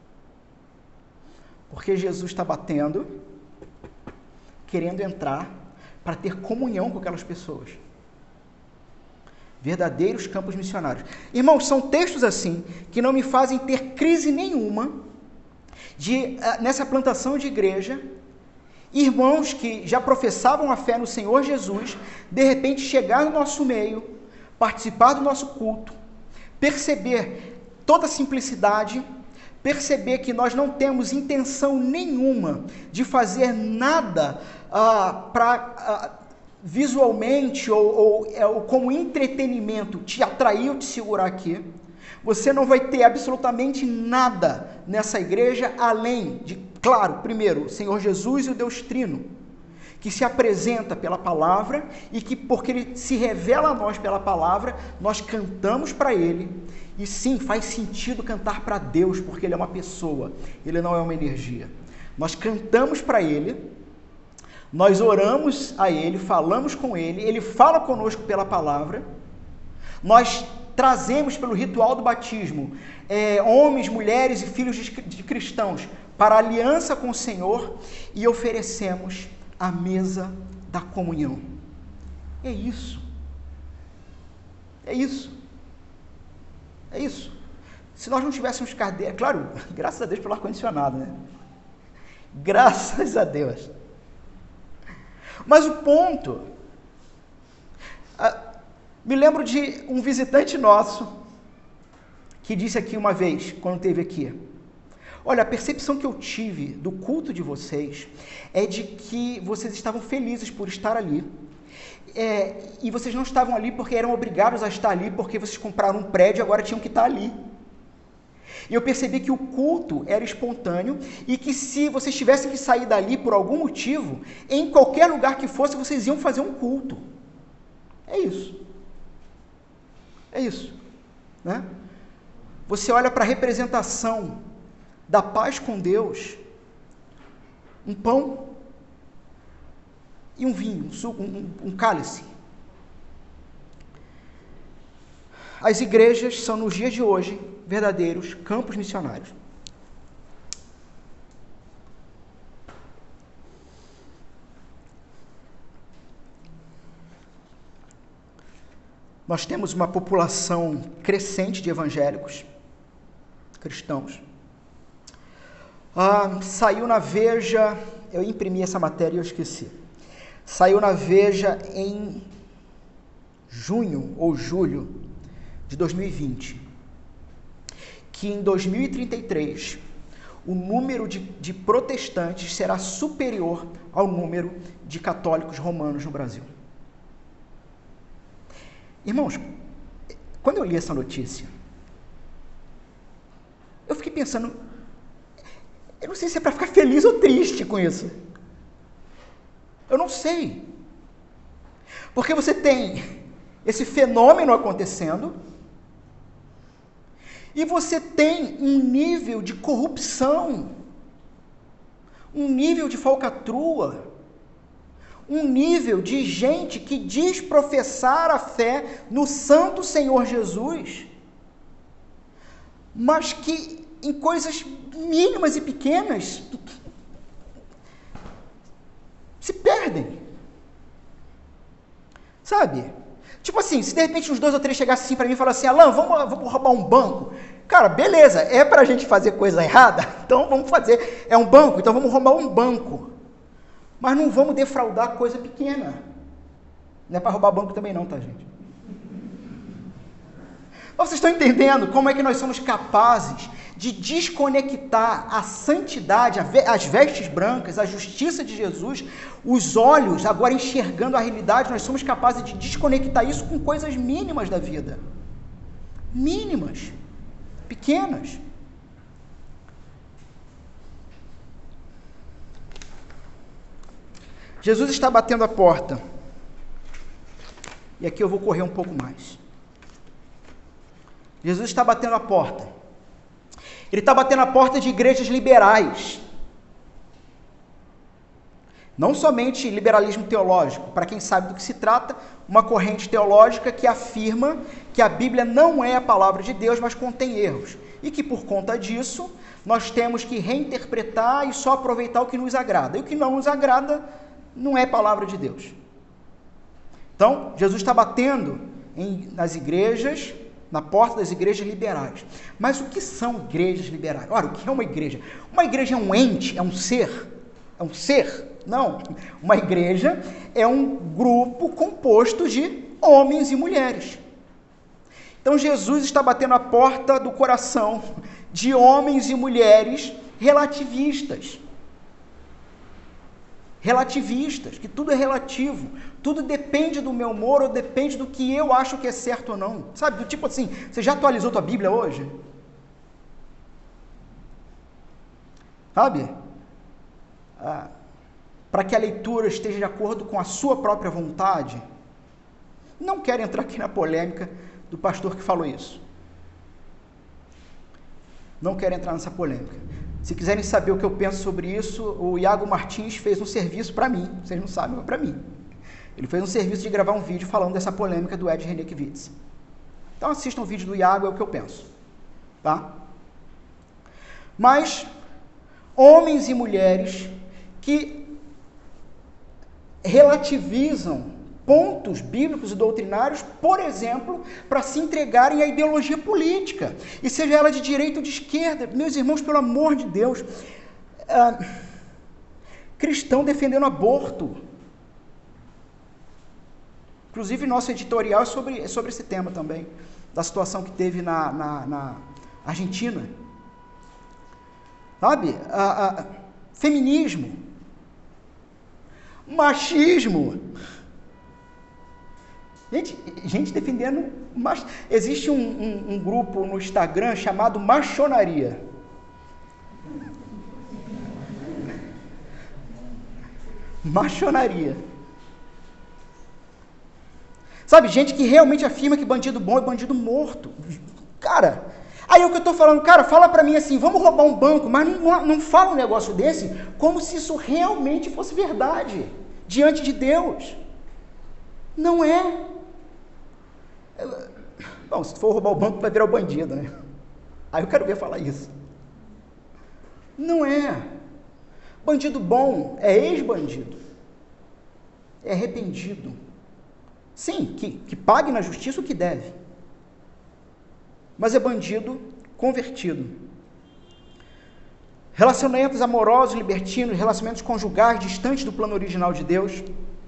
Porque Jesus está batendo, querendo entrar para ter comunhão com aquelas pessoas. Verdadeiros campos missionários. Irmãos, são textos assim que não me fazem ter crise nenhuma de, nessa plantação de igreja, irmãos que já professavam a fé no Senhor Jesus, de repente chegar no nosso meio, participar do nosso culto, perceber toda a simplicidade, perceber que nós não temos intenção nenhuma de fazer nada ah, para ah, visualmente ou, ou, ou como entretenimento te atrair ou te segurar aqui. Você não vai ter absolutamente nada nessa igreja além de, claro, primeiro, o Senhor Jesus e o Deus Trino, que se apresenta pela palavra e que, porque Ele se revela a nós pela palavra, nós cantamos para Ele. E sim, faz sentido cantar para Deus, porque Ele é uma pessoa, Ele não é uma energia. Nós cantamos para Ele, Nós oramos a Ele, falamos com Ele, Ele fala conosco pela palavra, nós trazemos pelo ritual do batismo é, homens, mulheres e filhos de, de cristãos para a aliança com o Senhor e oferecemos a mesa da comunhão. É isso. É isso. É isso. Se nós não tivéssemos cadeira, claro, graças a Deus pelo ar-condicionado, né? Graças a Deus. Mas o ponto, me lembro de um visitante nosso que disse aqui uma vez, quando esteve aqui, olha, a percepção que eu tive do culto de vocês é de que vocês estavam felizes por estar ali, é, e vocês não estavam ali porque eram obrigados a estar ali, porque vocês compraram um prédio e agora tinham que estar ali. E eu percebi que o culto era espontâneo e que se vocês tivessem que sair dali por algum motivo, em qualquer lugar que fosse, vocês iam fazer um culto. É isso. É isso. Né? Você olha para a representação da paz com Deus, um pão e um vinho, um, suco, um, um cálice. As igrejas são, nos dias de hoje, verdadeiros campos missionários. Nós temos uma população crescente de evangélicos, cristãos. Ah, saiu na Veja, eu imprimi essa matéria e eu esqueci. Saiu na Veja em junho ou julho de dois mil e vinte, que em dois mil e trinta e três o número de, de protestantes será superior ao número de católicos romanos no Brasil. Irmãos, quando eu li essa notícia, eu fiquei pensando, eu não sei se é para ficar feliz ou triste com isso. Eu não sei. Porque você tem esse fenômeno acontecendo e você tem um nível de corrupção, um nível de falcatrua, um nível de gente que diz professar a fé no Santo Senhor Jesus, mas que em coisas mínimas e pequenas se perdem. Sabe? Tipo assim, se de repente uns dois ou três chegassem assim para mim e falassem assim, Alan, vamos, vamos roubar um banco. Cara, beleza, é para a gente fazer coisa errada? Então vamos fazer, é um banco, então vamos roubar um banco. Mas não vamos defraudar coisa pequena. Não é para roubar banco também não, tá, gente? Mas vocês estão entendendo como é que nós somos capazes de desconectar a santidade, as vestes brancas, a justiça de Jesus, os olhos agora enxergando a realidade, nós somos capazes de desconectar isso com coisas mínimas da vida. Mínimas. Pequenas. Jesus está batendo a porta. E aqui eu vou correr um pouco mais. Jesus está batendo a porta. Ele está batendo a porta de igrejas liberais. Não somente liberalismo teológico, para quem sabe do que se trata, uma corrente teológica que afirma que a Bíblia não é a palavra de Deus, mas contém erros. E que por conta disso, nós temos que reinterpretar e só aproveitar o que nos agrada. E o que não nos agrada não é palavra de Deus. Então, Jesus está batendo em, nas igrejas, na porta das igrejas liberais. Mas o que são igrejas liberais? Ora, o que é uma igreja? Uma igreja é um ente, é um ser? É um ser? Não. Uma igreja é um grupo composto de homens e mulheres. Então, Jesus está batendo a porta do coração de homens e mulheres relativistas. Relativistas, que tudo é relativo, tudo depende do meu humor ou depende do que eu acho que é certo ou não. Sabe, do tipo assim, você já atualizou tua Bíblia hoje? Sabe? Ah, para que a leitura esteja de acordo com a sua própria vontade. Não quero entrar aqui na polêmica do pastor que falou isso. Não quero entrar nessa polêmica. Se quiserem saber o que eu penso sobre isso, o Iago Martins fez um serviço para mim, vocês não sabem, mas para mim. Ele fez um serviço de gravar um vídeo falando dessa polêmica do Ed Renekiewicz. Então assistam o vídeo do Iago, é o que eu penso. Tá? Mas, homens e mulheres que relativizam pontos bíblicos e doutrinários, por exemplo, para se entregarem à ideologia política, e seja ela de direita ou de esquerda. Meus irmãos, pelo amor de Deus, ah, cristão defendendo aborto. Inclusive, nosso editorial é sobre, é sobre esse tema também, da situação que teve na, na, na Argentina. Sabe? Ah, ah, feminismo, machismo. Gente, gente defendendo... Mach... Existe um, um, um grupo no Instagram chamado Machonaria. Machonaria. Sabe, gente que realmente afirma que bandido bom é bandido morto. Cara, aí é o que eu tô falando, cara, fala pra mim assim, vamos roubar um banco, mas não, não fala um negócio desse como se isso realmente fosse verdade, diante de Deus. Não é. Bom, se for roubar o banco, vai virar o bandido, né? Aí eu quero ver falar isso. Não é. Bandido bom é ex-bandido. É arrependido. Sim, que, que pague na justiça o que deve. Mas é bandido convertido. Relacionamentos amorosos, libertinos, relacionamentos conjugais distantes do plano original de Deus.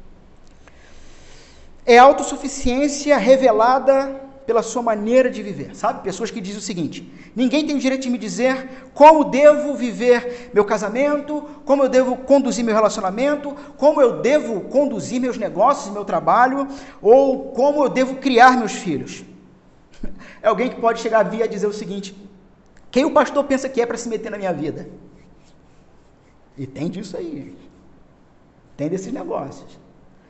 É autossuficiência revelada pela sua maneira de viver, sabe? Pessoas que dizem o seguinte: ninguém tem o direito de me dizer como devo viver meu casamento, como eu devo conduzir meu relacionamento, como eu devo conduzir meus negócios, meu trabalho, ou como eu devo criar meus filhos. É alguém que pode chegar a vir a dizer o seguinte: quem o pastor pensa que é para se meter na minha vida? E tem disso aí, tem desses negócios.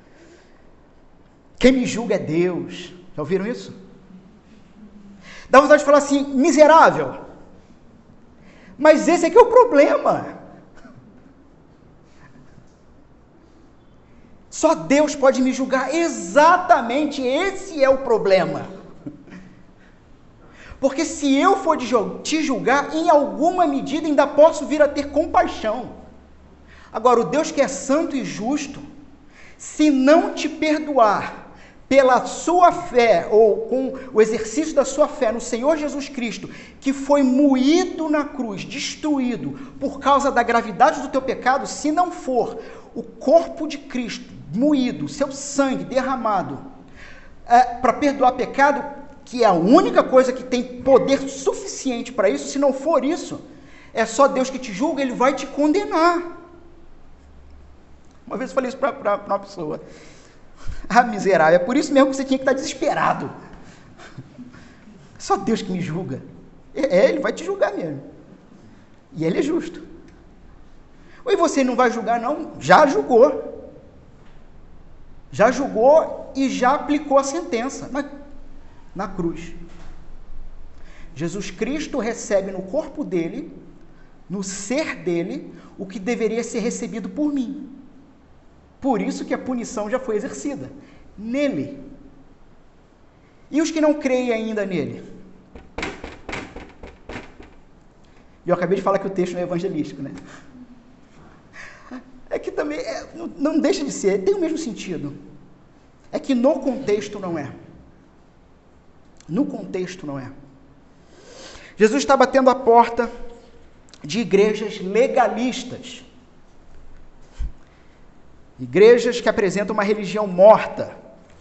Quem me julga é Deus. Já ouviram isso? Dá vontade de falar assim, miserável. Mas esse aqui é o problema. Só Deus pode me julgar. Exatamente esse é o problema. Porque se eu for te julgar, em alguma medida ainda posso vir a ter compaixão. Agora, o Deus que é santo e justo, se não te perdoar pela sua fé, ou com o exercício da sua fé no Senhor Jesus Cristo, que foi moído na cruz, destruído, por causa da gravidade do teu pecado, se não for o corpo de Cristo moído, seu sangue derramado, é, para perdoar pecado, que é a única coisa que tem poder suficiente para isso, se não for isso, é só Deus que te julga, Ele vai te condenar. Uma vez eu falei isso para uma pessoa: ah, miserável, é por isso mesmo que você tinha que estar desesperado. Só Deus que me julga. É, Ele vai te julgar mesmo. E Ele é justo. Ou você não vai julgar, não? Já julgou. Já julgou e já aplicou a sentença na, na cruz. Jesus Cristo recebe no corpo dele, no ser dele, o que deveria ser recebido por mim. Por isso que a punição já foi exercida nele. E os que não creem ainda nele? E eu acabei de falar que o texto não é evangelístico, né? É que também, é, não, não deixa de ser, tem o mesmo sentido. É que no contexto não é. No contexto não é. Jesus está batendo a porta de igrejas legalistas. Igrejas que apresentam uma religião morta.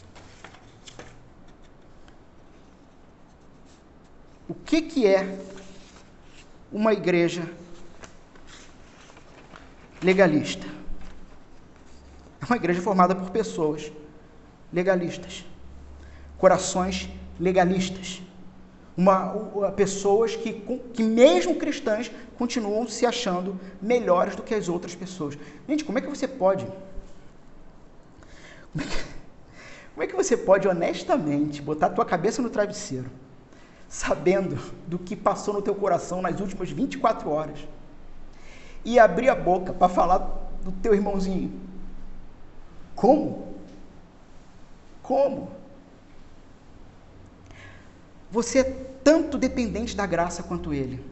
O que que é uma igreja legalista? É uma igreja formada por pessoas legalistas, corações legalistas, uma, uma, pessoas que, que mesmo cristãs continuam se achando melhores do que as outras pessoas. Gente, como é que você pode... Como é que, como é que você pode honestamente botar a tua cabeça no travesseiro, sabendo do que passou no teu coração nas últimas vinte e quatro horas, e abrir a boca para falar do teu irmãozinho. Como? Como? Você é tanto dependente da graça quanto ele.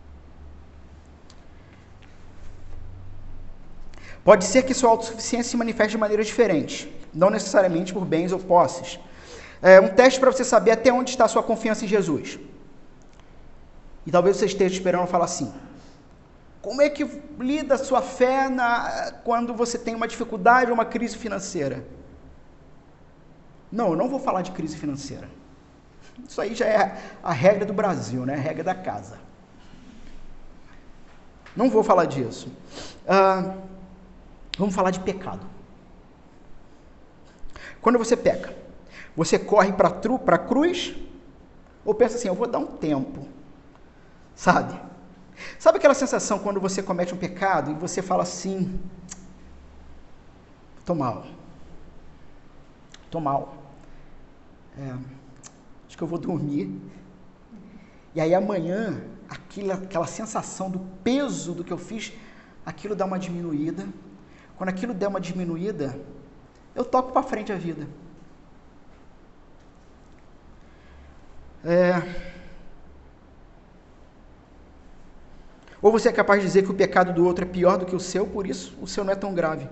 Pode ser que sua autossuficiência se manifeste de maneira diferente, não necessariamente por bens ou posses. É um teste para você saber até onde está a sua confiança em Jesus. E talvez você esteja esperando falar assim: como é que lida a sua fé na, quando você tem uma dificuldade ou uma crise financeira? Não, eu não vou falar de crise financeira. Isso aí já é a regra do Brasil, né? A regra da casa. Não vou falar disso. Ah, vamos falar de pecado. Quando você peca, você corre para a cruz ou pensa assim: eu vou dar um tempo, sabe? Sabe aquela sensação quando você comete um pecado e você fala assim: tô mal, tô mal, é, acho que eu vou dormir. E aí amanhã, aquilo, aquela sensação do peso do que eu fiz, aquilo dá uma diminuída. Quando aquilo der uma diminuída, eu toco para frente a vida. É... Ou você é capaz de dizer que o pecado do outro é pior do que o seu, por isso o seu não é tão grave.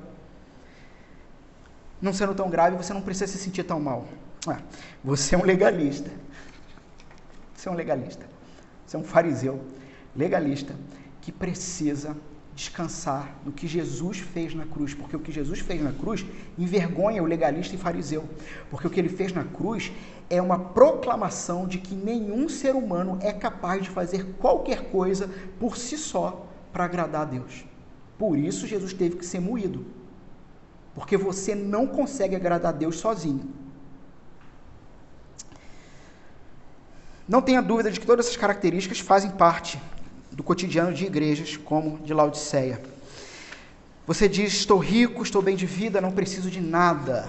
Não sendo tão grave, você não precisa se sentir tão mal. Ah, você é um legalista. Você é um legalista. Você é um fariseu legalista que precisa descansar no que Jesus fez na cruz, porque o que Jesus fez na cruz envergonha o legalista e fariseu, porque o que ele fez na cruz é uma proclamação de que nenhum ser humano é capaz de fazer qualquer coisa por si só para agradar a Deus. Por isso Jesus teve que ser moído, porque você não consegue agradar a Deus sozinho. Não tenha dúvida de que todas essas características fazem parte do cotidiano de igrejas como de Laodiceia. Você diz: estou rico, estou bem de vida, não preciso de nada.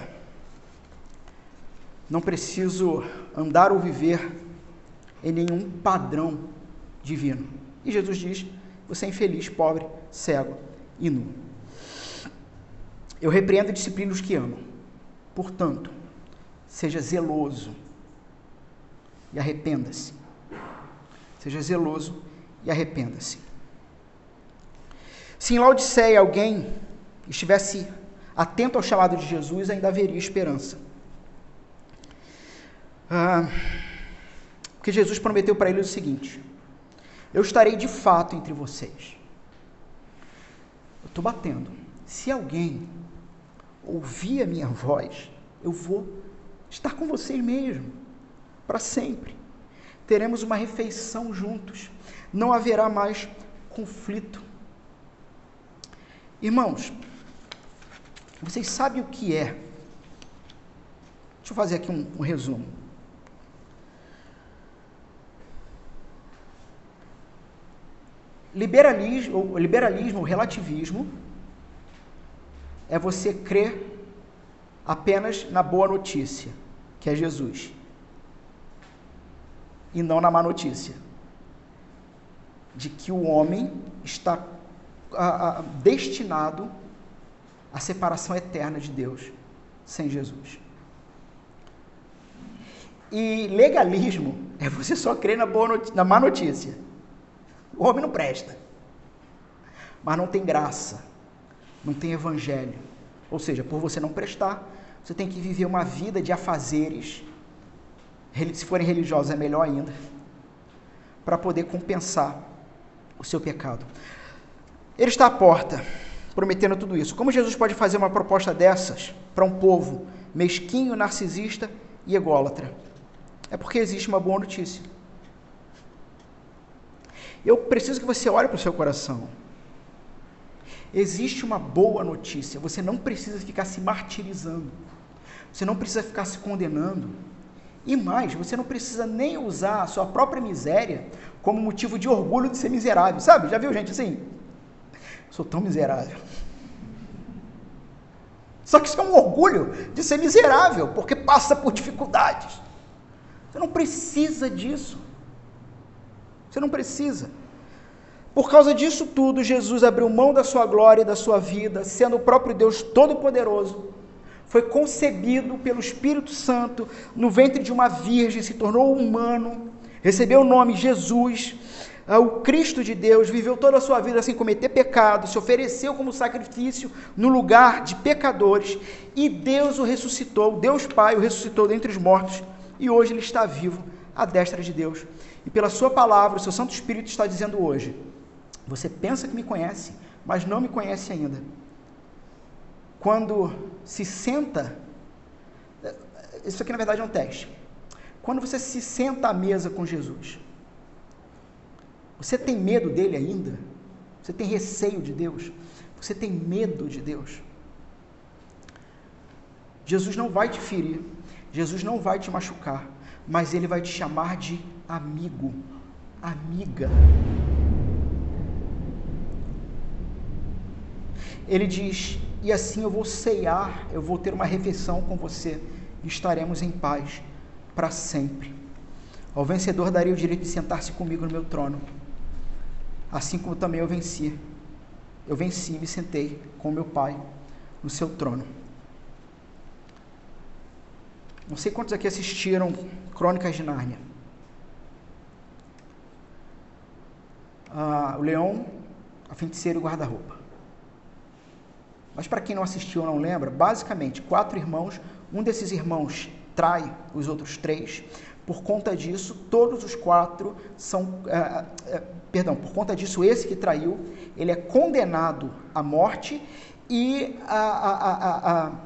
Não preciso andar ou viver em nenhum padrão divino. E Jesus diz: você é infeliz, pobre, cego e nu. Eu repreendo e disciplino os que amam. Portanto, seja zeloso e arrependa-se. Seja zeloso e arrependa-se. Se em Laodiceia alguém estivesse atento ao chamado de Jesus, ainda haveria esperança. Ah, porque Jesus prometeu para eles o seguinte: eu estarei de fato entre vocês. Eu estou batendo. Se alguém ouvir a minha voz, eu vou estar com vocês mesmo, para sempre. Teremos uma refeição juntos. Não haverá mais conflito. Irmãos, vocês sabem o que é? Deixa eu fazer aqui um, um resumo. Liberalismo, liberalismo, ou relativismo, é você crer apenas na boa notícia, que é Jesus, e não na má notícia, de que o homem está a, a, destinado à separação eterna de Deus sem Jesus. E legalismo é você só crer na, boa notícia, na má notícia. O homem não presta, mas não tem graça, não tem evangelho. Ou seja, por você não prestar, você tem que viver uma vida de afazeres. Se forem religiosos é melhor ainda, para poder compensar o seu pecado. Ele está à porta, prometendo tudo isso. Como Jesus pode fazer uma proposta dessas para um povo mesquinho, narcisista e ególatra? É porque existe uma boa notícia. Eu preciso que você olhe para o seu coração. Existe uma boa notícia. Você não precisa ficar se martirizando. Você não precisa ficar se condenando. E mais, você não precisa nem usar a sua própria miséria como motivo de orgulho de ser miserável. Sabe? Já viu gente assim? Sou tão miserável. Só que isso é um orgulho de ser miserável, porque passa por dificuldades. Você não precisa disso. Você não precisa. Por causa disso tudo, Jesus abriu mão da sua glória e da sua vida, sendo o próprio Deus Todo-Poderoso. Foi concebido pelo Espírito Santo no ventre de uma virgem, se tornou humano, recebeu o nome Jesus, o Cristo de Deus, viveu toda a sua vida sem cometer pecado, se ofereceu como sacrifício no lugar de pecadores, e Deus o ressuscitou, Deus Pai o ressuscitou dentre os mortos, e hoje ele está vivo à destra de Deus. E pela sua palavra, o seu Santo Espírito está dizendo hoje: você pensa que me conhece, mas não me conhece ainda. Quando se senta, isso aqui na verdade é um teste. Quando você se senta à mesa com Jesus, você tem medo dele ainda? Você tem receio de Deus? Você tem medo de Deus? Jesus não vai te ferir, Jesus não vai te machucar, mas ele vai te chamar de amigo, amiga. Ele diz: e assim eu vou ceiar, eu vou ter uma refeição com você, e estaremos em paz para sempre. Ao vencedor darei o direito de sentar-se comigo no meu trono, assim como também eu venci. Eu venci e me sentei com meu Pai no seu trono. Não sei quantos aqui assistiram Crônicas de Nárnia. Ah, o Leão, a Feiticeira e o Guarda-Roupa. Mas para quem não assistiu ou não lembra, basicamente, quatro irmãos, um desses irmãos trai os outros três. Por conta disso, todos os quatro são... É, é, perdão, por conta disso, esse que traiu, ele é condenado à morte e a, a, a, a,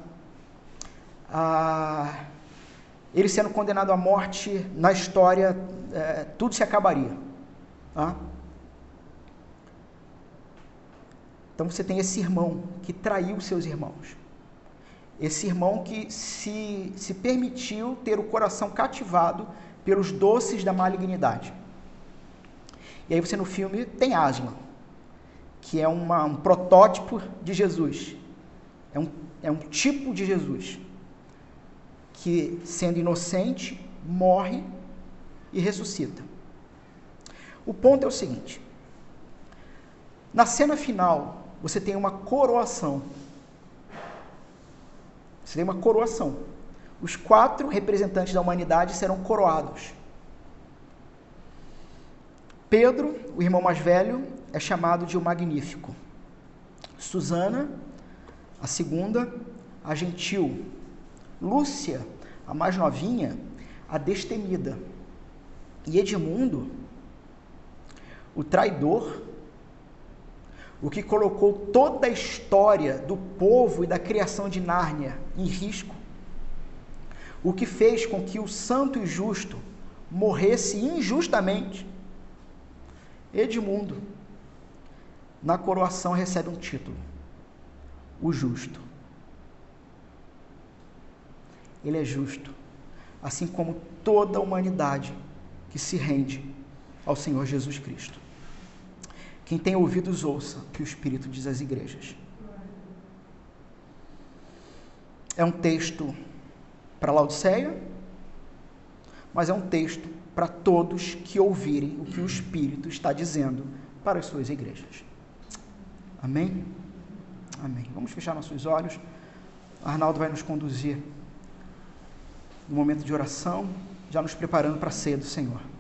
a, ele sendo condenado à morte, na história, é, tudo se acabaria. Tá? Então você tem esse irmão que traiu seus irmãos. Esse irmão que se, se permitiu ter o coração cativado pelos doces da malignidade. E aí você no filme tem Aslan, que é uma, um protótipo de Jesus. É um, é um tipo de Jesus, que sendo inocente, morre e ressuscita. O ponto é o seguinte: na cena final, você tem uma coroação. Você tem uma coroação. Os quatro representantes da humanidade serão coroados. Pedro, o irmão mais velho, é chamado de o Magnífico. Susana, a segunda, a Gentil. Lúcia, a mais novinha, a Destemida. E Edmundo, o traidor, o que colocou toda a história do povo e da criação de Nárnia em risco, o que fez com que o santo e justo morresse injustamente. Edmundo, na coroação, recebe um título: o justo. Ele é justo, assim como toda a humanidade que se rende ao Senhor Jesus Cristo. Quem tem ouvidos, ouça o que o Espírito diz às igrejas. É um texto para Laodiceia, mas é um texto para todos que ouvirem o que o Espírito está dizendo para as suas igrejas. Amém? Amém. Vamos fechar nossos olhos. Arnaldo vai nos conduzir no momento de oração, já nos preparando para a ceia do Senhor.